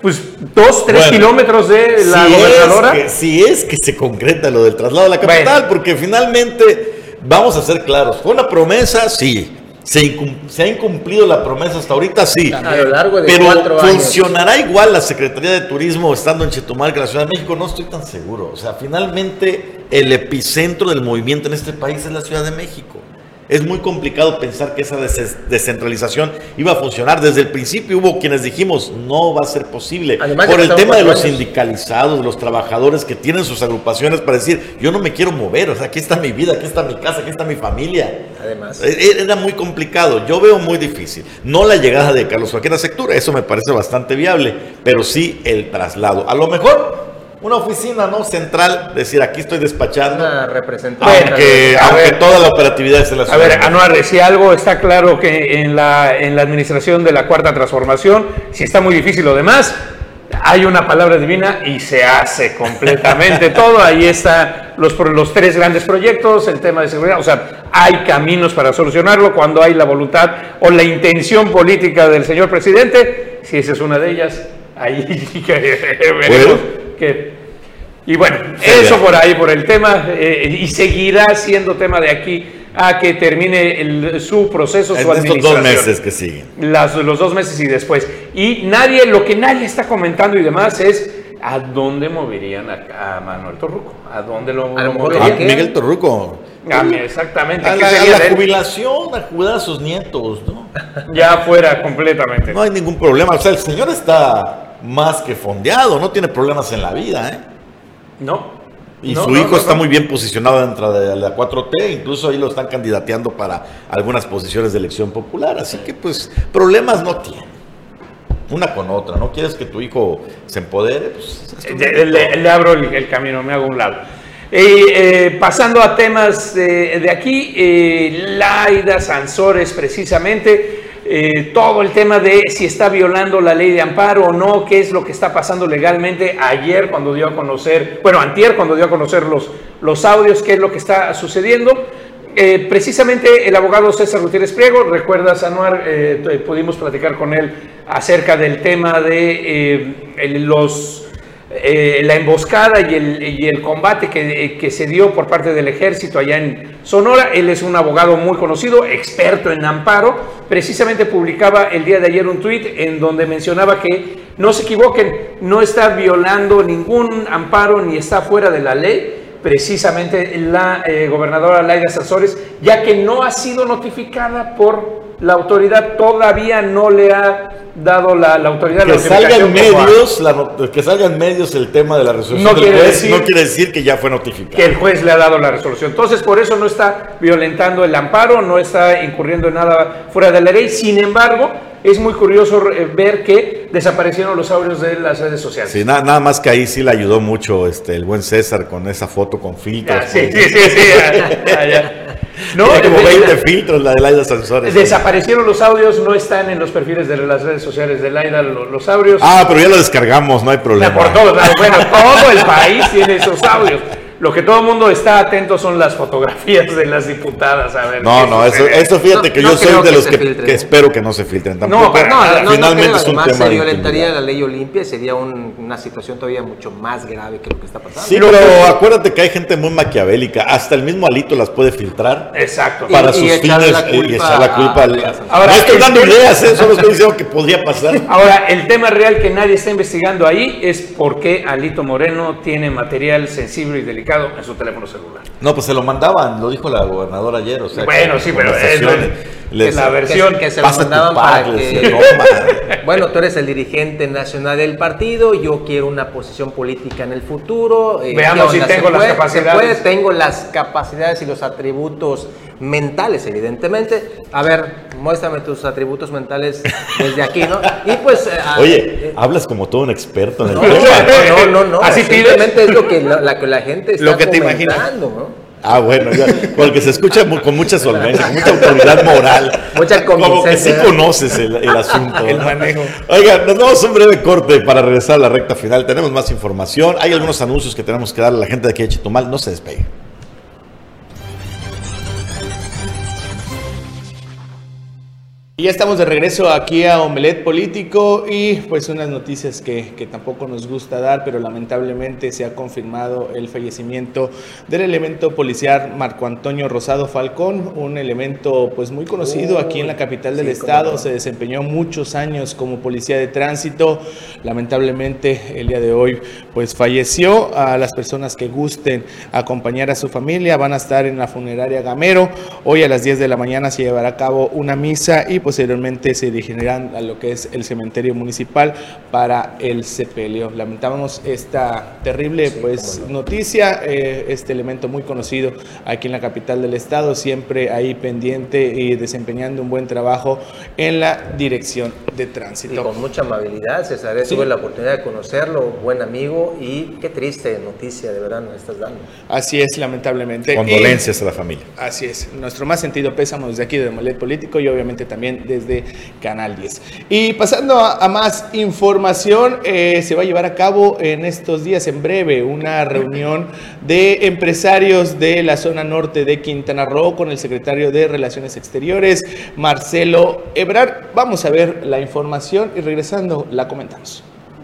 pues dos, tres bueno, kilómetros de la si gobernadora. Es que, si es que se concreta lo del traslado a la capital, bueno. porque finalmente, vamos a ser claros, fue una promesa, sí. Se, incum se ha incumplido la promesa hasta ahorita, sí. A lo largo de pero cuatro años. ¿funcionará igual la Secretaría de Turismo estando en Chetumal que la Ciudad de México? No estoy tan seguro. O sea, finalmente el epicentro del movimiento en este país es la Ciudad de México. Es muy complicado pensar que esa des descentralización iba a funcionar. Desde el principio hubo quienes dijimos, no va a ser posible. Además, por el tema de los años. sindicalizados, los trabajadores que tienen sus agrupaciones para decir, yo no me quiero mover, o sea, aquí está mi vida, aquí está mi casa, aquí está mi familia. Además. Era muy complicado, yo veo muy difícil. No la llegada de Carlos Joaquín a Sectura, eso me parece bastante viable, pero sí el traslado. A lo mejor una oficina, ¿no? Central, decir, aquí estoy despachando. Una representación. Aunque, aunque ver, toda la operatividad es en la ciudad. A ver, Anuar, decía algo, está claro que en la, en la administración de la Cuarta Transformación, si está muy difícil lo demás, hay una palabra divina y se hace completamente todo. Ahí están los, los tres grandes proyectos, el tema de seguridad, o sea, hay caminos para solucionarlo cuando hay la voluntad o la intención política del señor presidente. Si esa es una de ellas, ahí veremos que... Y bueno, sí, eso ya. por ahí, por el tema, eh, y seguirá siendo tema de aquí a que termine el, su proceso, su en administración. Estos dos meses que siguen. Las, los dos meses y después. Y nadie, lo que nadie está comentando y demás es a dónde moverían a, a Manuel Torruco. ¿A dónde lo, a lo moverían? A Miguel Torruco. A mí, exactamente. A la, a la jubilación, a cuidar a sus nietos, ¿no? Ya fuera completamente. No hay ningún problema. O sea, el señor está más que fondeado, no tiene problemas en la vida, ¿eh? No. Y no, su no, hijo no, está no. muy bien posicionado dentro de la cuatro T, incluso ahí lo están candidateando para algunas posiciones de elección popular, así que pues problemas no tiene. Una con otra, ¿no? ¿Quieres que tu hijo se empodere? Pues, le, le, le abro el, el camino, me hago a un lado. Eh, eh, pasando a temas de, de aquí, eh, Laida Sansores precisamente... Eh, todo el tema de si está violando la ley de amparo o no, qué es lo que está pasando legalmente. Ayer cuando dio a conocer, bueno, antier cuando dio a conocer los, los audios, qué es lo que está sucediendo. Eh, precisamente el abogado César Gutiérrez Priego, recuerdas, Anuar, eh, pudimos platicar con él acerca del tema de eh, el, los... Eh, la emboscada y el, y el combate que, que se dio por parte del ejército allá en Sonora. Él es un abogado muy conocido, experto en amparo. Precisamente publicaba el día de ayer un tuit en donde mencionaba que no se equivoquen, no está violando ningún amparo ni está fuera de la ley precisamente la eh, gobernadora Laida Sansores, ya que no ha sido notificada por la autoridad, todavía no le ha dado la, la autoridad que la salgan medios la, que salgan medios el tema de la resolución no del quiere juez decir no quiere decir que ya fue notificado, que el juez le ha dado la resolución. Entonces por eso no está violentando el amparo, no está incurriendo en nada fuera de la ley. Sin embargo, es muy curioso ver que desaparecieron los audios de las redes sociales. Sí, nada, nada más que ahí sí le ayudó mucho este el buen César con esa foto con filtros. Ya, sí, sí, sí, sí, ya, ya. No, tiene como veinte de, filtros la de Laida Sansores. Desaparecieron los audios, no están en los perfiles de las redes sociales de Laida los, los audios. Ah, pero ya lo descargamos, no hay problema. Por todos lados, bueno, todo el país tiene esos audios. Lo que todo el mundo está atento son las fotografías de las diputadas. A ver, no, no, eso, eso fíjate no, que yo no soy de que los que, que espero que no se filtren tampoco. No, pero no, no, finalmente no, es un además tema se violentaría la ley Olimpia y sería un, una situación todavía mucho más grave que lo que está pasando. Sí, pero acuérdate que hay gente muy maquiavélica, hasta el mismo Alito las puede filtrar. Exacto. Para y, sus y fines la y echar la culpa. A, a, ahora, no estoy dando ideas, ¿eh? Solo estoy diciendo que podría pasar. Ahora, el tema real que nadie está investigando ahí es por qué Alito Moreno tiene material sensible y delicado en su teléfono celular. No, pues se lo mandaban, lo dijo la gobernadora ayer, o sea, bueno, sí, pero es les, la versión que, que se lo mandaban para que no, bueno, tú eres el dirigente nacional del partido, yo quiero una posición política en el futuro. Eh, Veamos si tengo las puede, capacidades. Se puede, tengo las capacidades y los atributos mentales, evidentemente. A ver, muéstrame tus atributos mentales desde aquí, ¿no? Y pues... Oye, eh, hablas como todo un experto en el no, tema. No, no, no, no. Así simplemente es lo que la, la, la gente está lo que te comentando, ¿no? Ah, bueno, ya, porque se escucha muy, con mucha solvencia, con mucha autoridad moral. Mucha como que sí conoces el, el asunto. El manejo. Oigan, nos vamos a un breve corte para regresar a la recta final. Tenemos más información. Hay algunos anuncios que tenemos que darle a la gente de aquí de Chetumal. No se despegue. Y ya estamos de regreso aquí a Omelet Político y pues unas noticias que, que tampoco nos gusta dar, pero lamentablemente se ha confirmado el fallecimiento del elemento policial Marco Antonio Rosado Falcón, un elemento pues muy conocido aquí en la capital del sí, estado, se desempeñó muchos años como policía de tránsito, lamentablemente el día de hoy pues falleció. A las personas que gusten acompañar a su familia van a estar en la funeraria Gamero, hoy a las diez de la mañana se llevará a cabo una misa y posteriormente se dirigirán a lo que es el cementerio municipal para el sepelio. Lamentamos esta terrible sí, pues no. noticia, eh, este elemento muy conocido aquí en la capital del estado, siempre ahí pendiente y desempeñando un buen trabajo en la dirección de tránsito. Y con mucha amabilidad, César, sí. tuve la oportunidad de conocerlo, buen amigo, y qué triste noticia de verdad nos estás dando. Así es, lamentablemente. Condolencias y, a la familia. Así es, nuestro más sentido pésamo desde aquí de Omelet Político y obviamente también desde Canal diez. Y pasando a, a más información, eh, se va a llevar a cabo en estos días, en breve, una reunión de empresarios de la zona norte de Quintana Roo con el secretario de Relaciones Exteriores, Marcelo Ebrard. Vamos a ver la información y regresando la comentamos.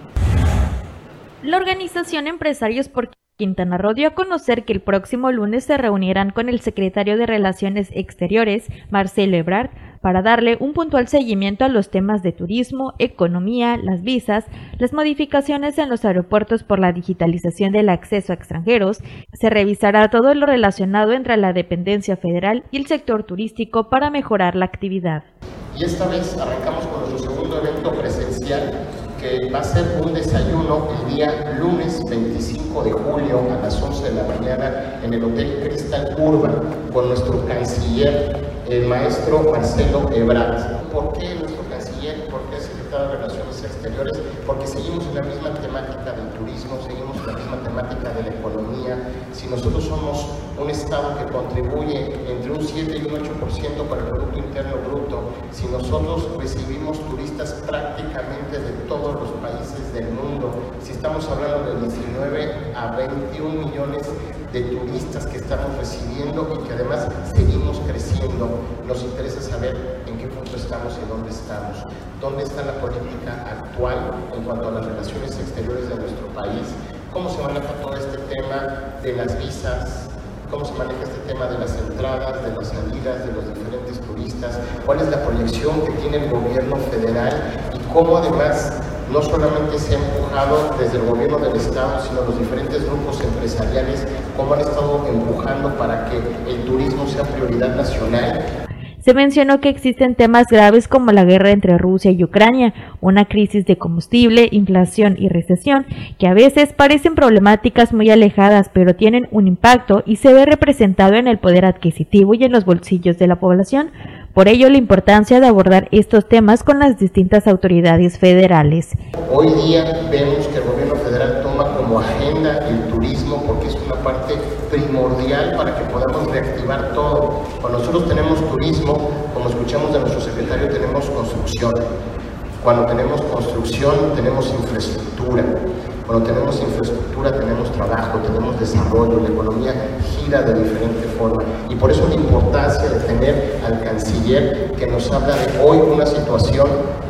La organización Empresarios por Quintana Roo dio a conocer que el próximo lunes se reunirán con el secretario de Relaciones Exteriores, Marcelo Ebrard, para darle un puntual seguimiento a los temas de turismo, economía, las visas, las modificaciones en los aeropuertos por la digitalización del acceso a extranjeros. Se revisará todo lo relacionado entre la dependencia federal y el sector turístico para mejorar la actividad. Y esta vez arrancamos con nuestro segundo evento presencial, que va a ser un desayuno el día lunes veinticinco de julio a las once de la mañana en el Hotel Crystal Urban con nuestro canciller, el maestro Marcelo Ebrard. ¿Por qué nuestro canciller? ¿Por qué el secretario de Relaciones Exteriores? Porque seguimos en la misma temática del turismo, seguimos en la misma temática de la economía. Si nosotros somos un estado que contribuye entre un siete y un ocho por ciento para el Producto Interno Bruto, si nosotros recibimos turistas prácticamente de todos los países del mundo, si estamos hablando de diecinueve a veintiún millones de turistas que estamos recibiendo y que además seguimos creciendo, nos interesa saber en qué punto estamos y dónde estamos, dónde está la política actual en cuanto a las relaciones exteriores de nuestro país, cómo se maneja todo este tema de las visas, cómo se maneja este tema de las entradas, de las salidas, de los diferentes turistas, cuál es la proyección que tiene el gobierno federal y cómo además no solamente se ha empujado desde el gobierno del estado, sino los diferentes grupos empresariales, cómo han estado empujando para que el turismo sea prioridad nacional. Se mencionó que existen temas graves como la guerra entre Rusia y Ucrania, una crisis de combustible, inflación y recesión, que a veces parecen problemáticas muy alejadas, pero tienen un impacto y se ve representado en el poder adquisitivo y en los bolsillos de la población. Por ello, la importancia de abordar estos temas con las distintas autoridades federales. Hoy día vemos que el gobierno federal toma como agenda el turismo porque es una parte primordial para que podamos reactivar todo. Cuando nosotros tenemos turismo, como escuchamos de nuestro secretario, tenemos construcción. Cuando tenemos construcción, tenemos infraestructura. Cuando tenemos infraestructura, tenemos trabajo, tenemos desarrollo, la economía gira de diferente forma. Y por eso la importancia de tener al canciller que nos habla de hoy una situación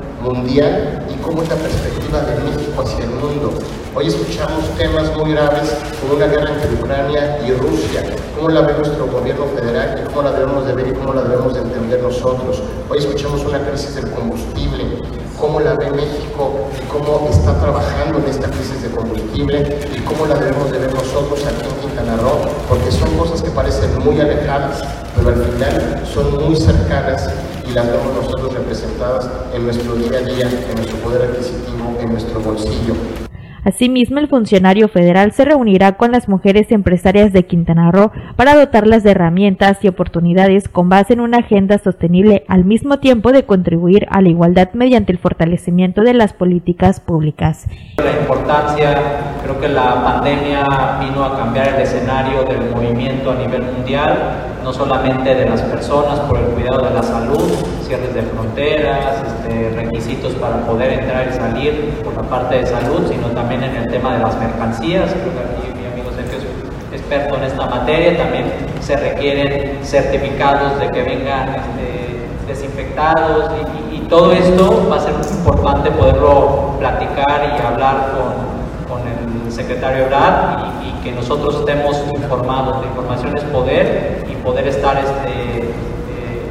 mundial y cómo es la perspectiva de México hacia el mundo. Hoy escuchamos temas muy graves como una guerra entre Ucrania y Rusia, cómo la ve nuestro gobierno federal y cómo la debemos de ver y cómo la debemos de entender nosotros. Hoy escuchamos una crisis del combustible, cómo la ve México y cómo está trabajando en esta crisis de combustible y cómo la debemos de ver nosotros aquí en Quintana Roo, porque son cosas que parecen muy alejadas, pero al final son muy cercanas y las vemos nosotros representadas en nuestro día a día, en nuestro poder adquisitivo, en nuestro bolsillo. Asimismo, el funcionario federal se reunirá con las mujeres empresarias de Quintana Roo para dotarlas de herramientas y oportunidades con base en una agenda sostenible, al mismo tiempo de contribuir a la igualdad mediante el fortalecimiento de las políticas públicas. La importancia, creo que la pandemia vino a cambiar el escenario del movimiento a nivel mundial, no solamente de las personas por el cuidado de la salud, cierres de fronteras, este, requisitos para poder entrar y salir por la parte de salud, sino también en el tema de las mercancías. Creo que aquí mi amigo Sergio es experto en esta materia. También se requieren certificados de que vengan este, desinfectados y, y, y todo esto va a ser importante poderlo platicar y hablar con, con el secretario Ebrard y, y que nosotros estemos informados. La información es poder y poder estar este, eh,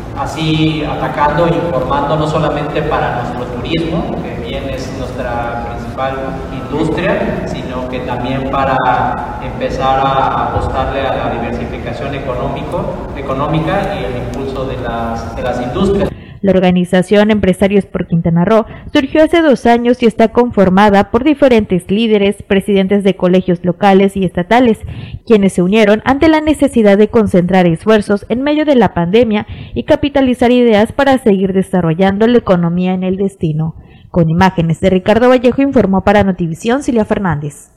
así atacando e informando no solamente para nuestro turismo, que bien es nuestra principal industria, sino que también para empezar a apostarle a la diversificación económico, económica y el impulso de las, de las industrias. La organización Empresarios por Quintana Roo surgió hace dos años y está conformada por diferentes líderes, presidentes de colegios locales y estatales, quienes se unieron ante la necesidad de concentrar esfuerzos en medio de la pandemia y capitalizar ideas para seguir desarrollando la economía en el destino. Con imágenes de Ricardo Vallejo, informó para Notivisión Silvia Fernández.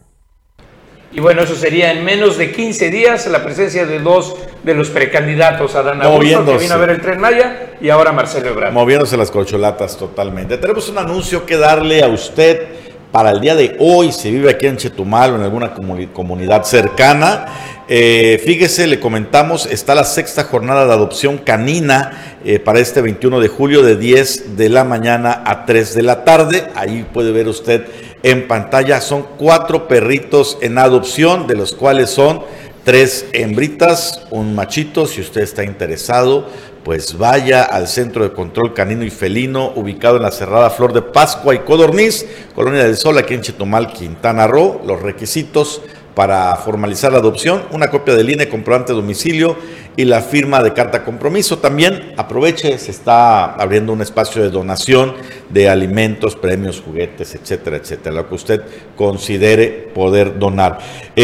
Y bueno, eso sería en menos de quince días la presencia de dos de los precandidatos, Adán Augusto, que vino a ver el Tren Maya, y ahora Marcelo Ebrard. Moviéndose las corcholatas totalmente. Tenemos un anuncio que darle a usted para el día de hoy, si vive aquí en Chetumal o en alguna comuni- comunidad cercana. Eh, fíjese, le comentamos, está la sexta jornada de adopción canina eh, para este veintiuno de julio de diez de la mañana a tres de la tarde. Ahí puede ver usted en pantalla, son cuatro perritos en adopción, de los cuales son tres hembritas, un machito. Si usted está interesado, pues vaya al Centro de Control Canino y Felino, ubicado en la Cerrada Flor de Pascua y Codorniz, Colonia del Sol, aquí en Chetumal, Quintana Roo. Los requisitos para formalizar la adopción: una copia del I N E, comprobante de domicilio y la firma de carta compromiso. También aproveche, se está abriendo un espacio de donación de alimentos, premios, juguetes, etcétera, etcétera, lo que usted considere poder donar.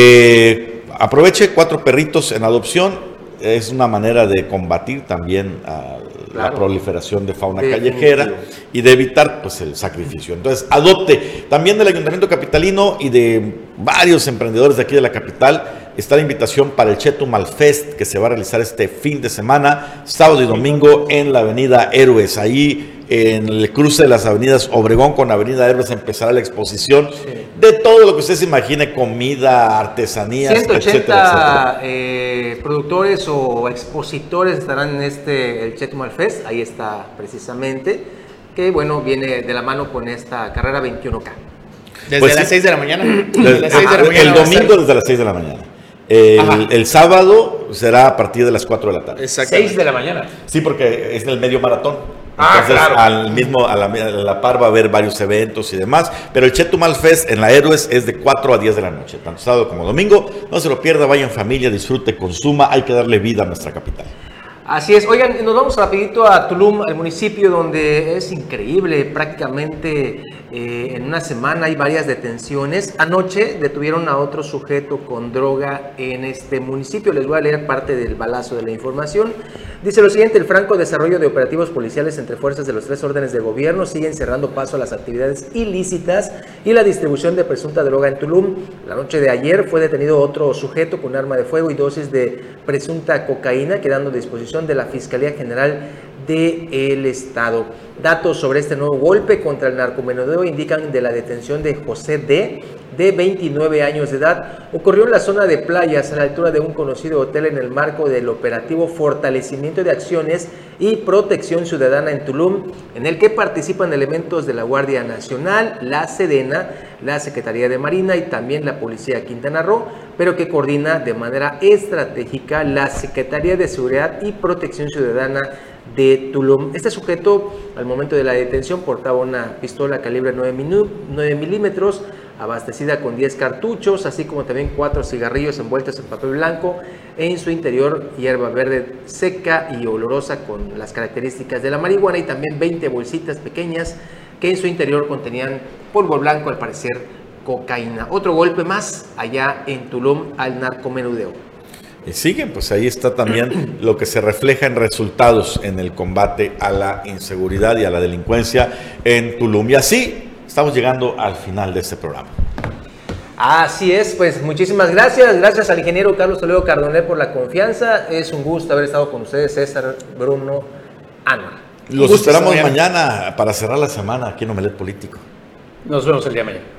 Eh, aproveche, cuatro perritos en adopción. Es una manera de combatir también a la claro. proliferación de fauna Definitivo. callejera y de evitar pues el sacrificio. Entonces, adopte. También del Ayuntamiento Capitalino y de varios emprendedores de aquí de la capital está la invitación para el Chetumal Fest, que se va a realizar este fin de semana, sábado y domingo, en la Avenida Héroes. Ahí en el cruce de las avenidas Obregón con Avenida Héroes empezará la exposición sí. de todo lo que usted se imagine: comida, artesanías, ciento ochenta etcétera, etcétera. Eh, productores o expositores estarán en este el Chetumal Fest. Ahí está precisamente, que bueno, viene de la mano con esta carrera veintiuno K. Desde Pues las sí. seis de la mañana. Desde las seis de la mañana el domingo desde las seis de la mañana. El, el sábado será a partir de las cuatro de la tarde. seis de la mañana. Sí, porque es el medio maratón. Ah, Entonces, claro. al mismo, a la, a la par va a haber varios eventos y demás. Pero el Chetumal Fest en la Héroes es de cuatro a diez de la noche, tanto sábado como domingo. No se lo pierda, vaya en familia, disfrute, consuma. Hay que darle vida a nuestra capital. Así es. Oigan, nos vamos rapidito a Tulum, al municipio donde es increíble, prácticamente eh, en una semana hay varias detenciones. Anoche detuvieron a otro sujeto con droga en este municipio. Les voy a leer parte del balazo de la información. Dice lo siguiente: el franco desarrollo de operativos policiales entre fuerzas de los tres órdenes de gobierno siguen cerrando paso a las actividades ilícitas y la distribución de presunta droga en Tulum. La noche de ayer fue detenido otro sujeto con arma de fuego y dosis de presunta cocaína, quedando a disposición de la Fiscalía General del Estado. Datos sobre este nuevo golpe contra el narcomenudeo indican de la detención de José D., de veintinueve años de edad. Ocurrió en la zona de playas, a la altura de un conocido hotel, en el marco del operativo Fortalecimiento de Acciones y Protección Ciudadana en Tulum, en el que participan elementos de la Guardia Nacional, la Sedena, la Secretaría de Marina y también la Policía Quintana Roo, pero que coordina de manera estratégica la Secretaría de Seguridad y Protección Ciudadana de Tulum. Este sujeto, al momento de la detención, portaba una pistola calibre nueve milímetros, abastecida con diez cartuchos, así como también cuatro cigarrillos envueltos en papel blanco, en su interior hierba verde seca y olorosa con las características de la marihuana, y también veinte bolsitas pequeñas que en su interior contenían polvo blanco, al parecer cocaína. Otro golpe más allá en Tulum al narcomenudeo. Y siguen, pues ahí está también lo que se refleja en resultados en el combate a la inseguridad y a la delincuencia en Tulum. Y así estamos llegando al final de este programa. Así es, pues muchísimas gracias. Gracias al ingeniero Carlos Toledo Cardonel por la confianza. Es un gusto haber estado con ustedes, César, Bruno, Ana. Los esperamos mañana para cerrar la semana aquí en Omelet Político. Nos vemos el día de mañana.